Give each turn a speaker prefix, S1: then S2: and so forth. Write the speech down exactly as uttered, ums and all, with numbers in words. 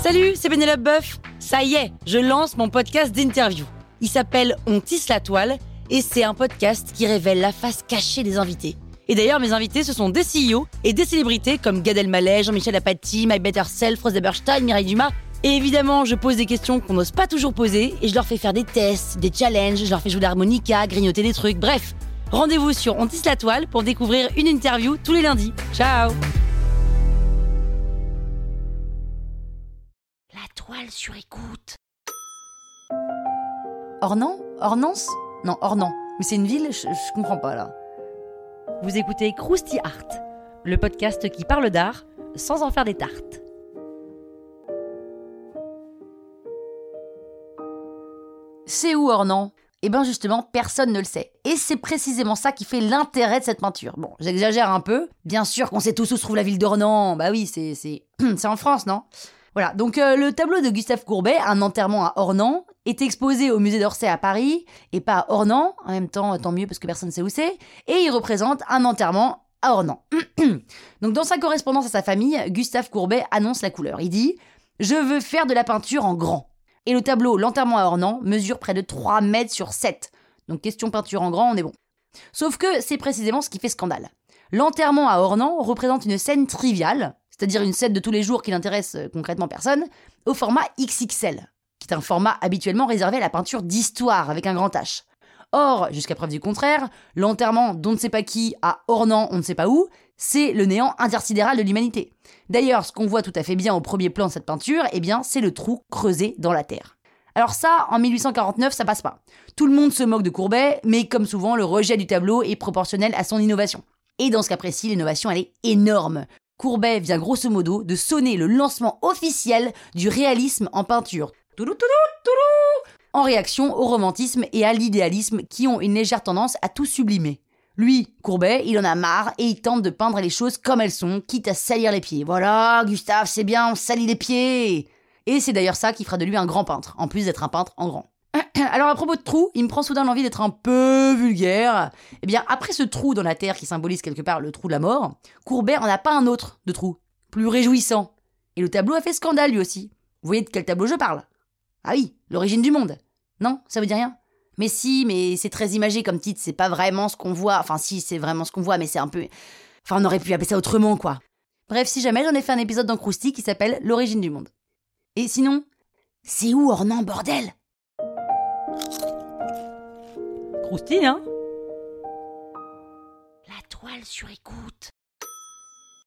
S1: Salut, c'est Pénélope Boeuf. Ça y est, je lance mon podcast d'interview. Il s'appelle On tisse la toile et c'est un podcast qui révèle la face cachée des invités. Et d'ailleurs, mes invités, ce sont des C E O et des célébrités comme Gad Elmaleh, Jean-Michel Apathy, My Better Self, Rose Eberstein, Mireille Dumas. Et évidemment, je pose des questions qu'on n'ose pas toujours poser et je leur fais faire des tests, des challenges, je leur fais jouer de l'harmonica, grignoter des trucs, bref. Rendez-vous sur On tisse la toile pour découvrir une interview tous les lundis. Ciao! La toile sur écoute. Ornans? Ornans? Non, Ornans. Mais c'est une ville, je, je comprends pas là. Vous écoutez Krusty Art, le podcast qui parle d'art sans en faire des tartes. C'est où Ornans? Eh bien justement, personne ne le sait. Et c'est précisément ça qui fait l'intérêt de cette peinture. Bon, j'exagère un peu. Bien sûr qu'on sait tous où se trouve la ville d'Ornans. Bah oui, c'est, c'est... c'est en France, non? Voilà, donc euh, le tableau de Gustave Courbet, Un enterrement à Ornans, est exposé au musée d'Orsay à Paris, et pas à Ornans, en même temps, tant mieux parce que personne ne sait où c'est, et il représente un enterrement à Ornans. Donc dans sa correspondance à sa famille, Gustave Courbet annonce la couleur. Il dit « Je veux faire de la peinture en grand ». Et le tableau L'enterrement à Ornans mesure près de trois mètres sur sept. Donc question peinture en grand, on est bon. Sauf que c'est précisément ce qui fait scandale. L'enterrement à Ornans représente une scène triviale, c'est-à-dire une scène de tous les jours qui n'intéresse concrètement personne, au format X X L, qui est un format habituellement réservé à la peinture d'histoire avec un grand H. Or, jusqu'à preuve du contraire, l'enterrement d'on ne sait pas qui à Ornans on ne sait pas où, c'est le néant intersidéral de l'humanité. D'ailleurs, ce qu'on voit tout à fait bien au premier plan de cette peinture, eh bien, c'est le trou creusé dans la terre. Alors ça, en mille huit cent quarante-neuf, ça passe pas. Tout le monde se moque de Courbet, mais comme souvent, le rejet du tableau est proportionnel à son innovation. Et dans ce cas précis, l'innovation, elle est énorme. Courbet vient grosso modo de sonner le lancement officiel du réalisme en peinture. En réaction au romantisme et à l'idéalisme qui ont une légère tendance à tout sublimer. Lui, Courbet, il en a marre et il tente de peindre les choses comme elles sont, quitte à salir les pieds. Voilà, Gustave, c'est bien, on salit les pieds. Et c'est d'ailleurs ça qui fera de lui un grand peintre, en plus d'être un peintre en grand. Alors à propos de trou, il me prend soudain l'envie d'être un peu vulgaire. Eh bien, après ce trou dans la terre qui symbolise quelque part le trou de la mort, Courbet en a pas un autre de trou, plus réjouissant. Et le tableau a fait scandale lui aussi. Vous voyez de quel tableau je parle? Ah oui, L'origine du monde. Non, ça vous dit rien? Mais si, mais c'est très imagé comme titre, c'est pas vraiment ce qu'on voit. Enfin si, c'est vraiment ce qu'on voit, mais c'est un peu... Enfin, on aurait pu appeler ça autrement, quoi. Bref, si jamais, j'en ai fait un épisode dans Krusty qui s'appelle L'origine du monde. Et sinon, c'est où Ornans, bordel? Krusty, hein? La toile sur écoute.